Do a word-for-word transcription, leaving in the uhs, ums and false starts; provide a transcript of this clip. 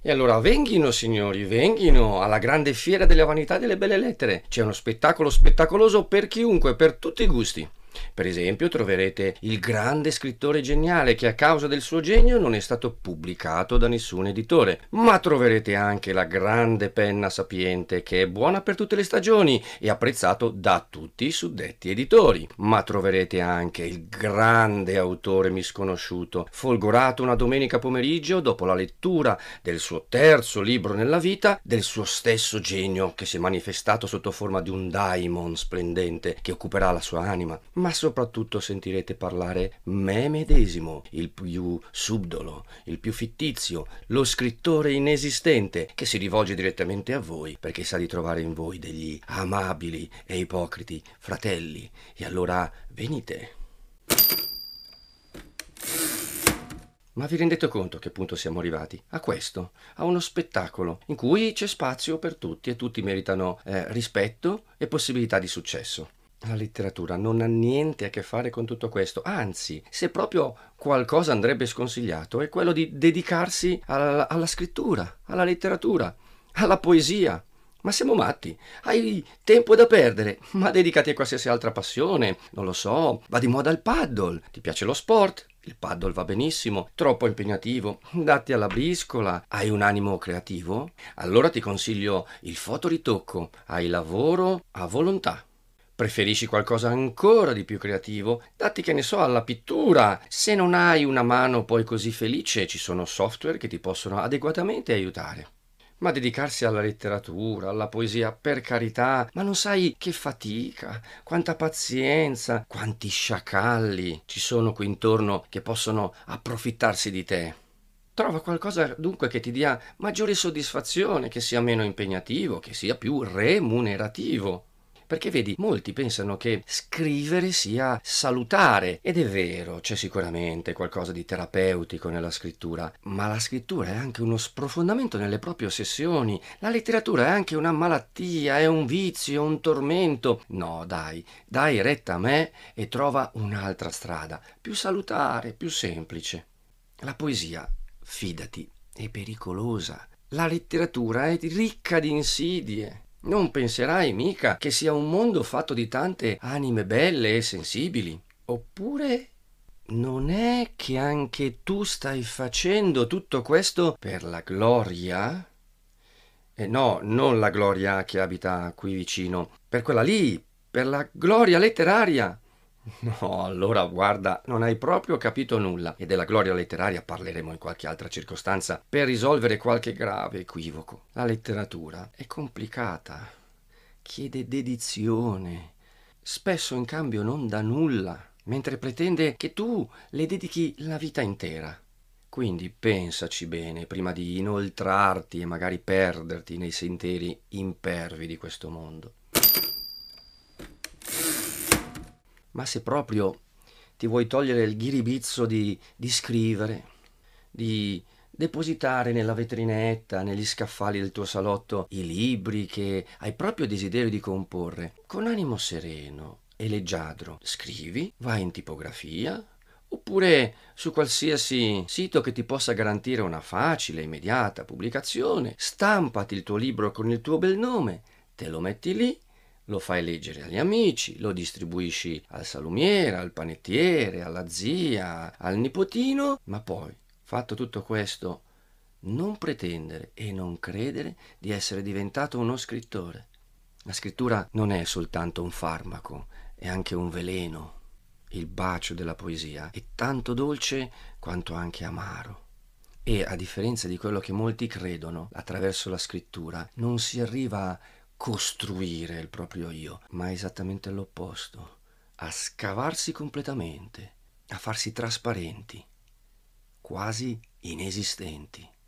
E allora venghino, signori, venghino alla grande fiera della vanità e delle belle lettere. C'è uno spettacolo spettacoloso per chiunque, per tutti i gusti. Per esempio troverete il grande scrittore geniale che a causa del suo genio non è stato pubblicato da nessun editore, ma troverete anche la grande penna sapiente che è buona per tutte le stagioni e apprezzato da tutti i suddetti editori, ma troverete anche il grande autore misconosciuto, folgorato una domenica pomeriggio dopo la lettura del suo terzo libro nella vita, del suo stesso genio che si è manifestato sotto forma di un daimon splendente che occuperà la sua anima. Ma soprattutto sentirete parlare me medesimo, il più subdolo, il più fittizio, lo scrittore inesistente che si rivolge direttamente a voi perché sa di trovare in voi degli amabili e ipocriti fratelli. E allora venite. Ma vi rendete conto a che punto siamo arrivati? A questo, a uno spettacolo in cui c'è spazio per tutti e tutti meritano eh, rispetto e possibilità di successo. La letteratura non ha niente a che fare con tutto questo, anzi, se proprio qualcosa andrebbe sconsigliato è quello di dedicarsi alla, alla scrittura, alla letteratura, alla poesia. Ma siamo matti? Hai tempo da perdere? Ma dedicati a qualsiasi altra passione, non lo so, va di moda il paddle, ti piace lo sport? Il paddle va benissimo, troppo impegnativo, datti alla briscola, hai un animo creativo? Allora ti consiglio il fotoritocco, hai lavoro a volontà. Preferisci qualcosa ancora di più creativo? Datti che ne so alla pittura. Se non hai una mano poi così felice, ci sono software che ti possono adeguatamente aiutare. Ma dedicarsi alla letteratura, alla poesia, per carità, ma non sai che fatica, quanta pazienza, quanti sciacalli ci sono qui intorno che possono approfittarsi di te. Trova qualcosa dunque che ti dia maggiore soddisfazione, che sia meno impegnativo, che sia più remunerativo. Perché vedi, molti pensano che scrivere sia salutare, ed è vero, c'è sicuramente qualcosa di terapeutico nella scrittura, ma la scrittura è anche uno sprofondamento nelle proprie ossessioni, la letteratura è anche una malattia, è un vizio, un tormento. No, dai, dai retta a me e trova un'altra strada, più salutare, più semplice. La poesia, fidati, è pericolosa. La letteratura è ricca di insidie. Non penserai mica che sia un mondo fatto di tante anime belle e sensibili. Oppure non è che anche tu stai facendo tutto questo per la gloria? Eh no, non la gloria che abita qui vicino, per quella lì, per la gloria letteraria. No, allora guarda, non hai proprio capito nulla e della gloria letteraria parleremo in qualche altra circostanza per risolvere qualche grave equivoco. La letteratura è complicata, chiede dedizione, spesso in cambio non dà nulla, mentre pretende che tu le dedichi la vita intera. Quindi pensaci bene prima di inoltrarti e magari perderti nei sentieri impervi di questo mondo. Ma se proprio ti vuoi togliere il ghiribizzo di, di scrivere, di depositare nella vetrinetta, negli scaffali del tuo salotto, i libri che hai proprio desiderio di comporre, con animo sereno e leggiadro, scrivi, vai in tipografia, oppure su qualsiasi sito che ti possa garantire una facile, immediata pubblicazione, stampati il tuo libro con il tuo bel nome, te lo metti lì, lo fai leggere agli amici, lo distribuisci al salumiere, al panettiere, alla zia, al nipotino, ma poi, fatto tutto questo, non pretendere e non credere di essere diventato uno scrittore. La scrittura non è soltanto un farmaco, è anche un veleno. Il bacio della poesia è tanto dolce quanto anche amaro. E, a differenza di quello che molti credono, attraverso la scrittura non si arriva a costruire il proprio io, ma esattamente all'opposto, a scavarsi completamente, a farsi trasparenti, quasi inesistenti.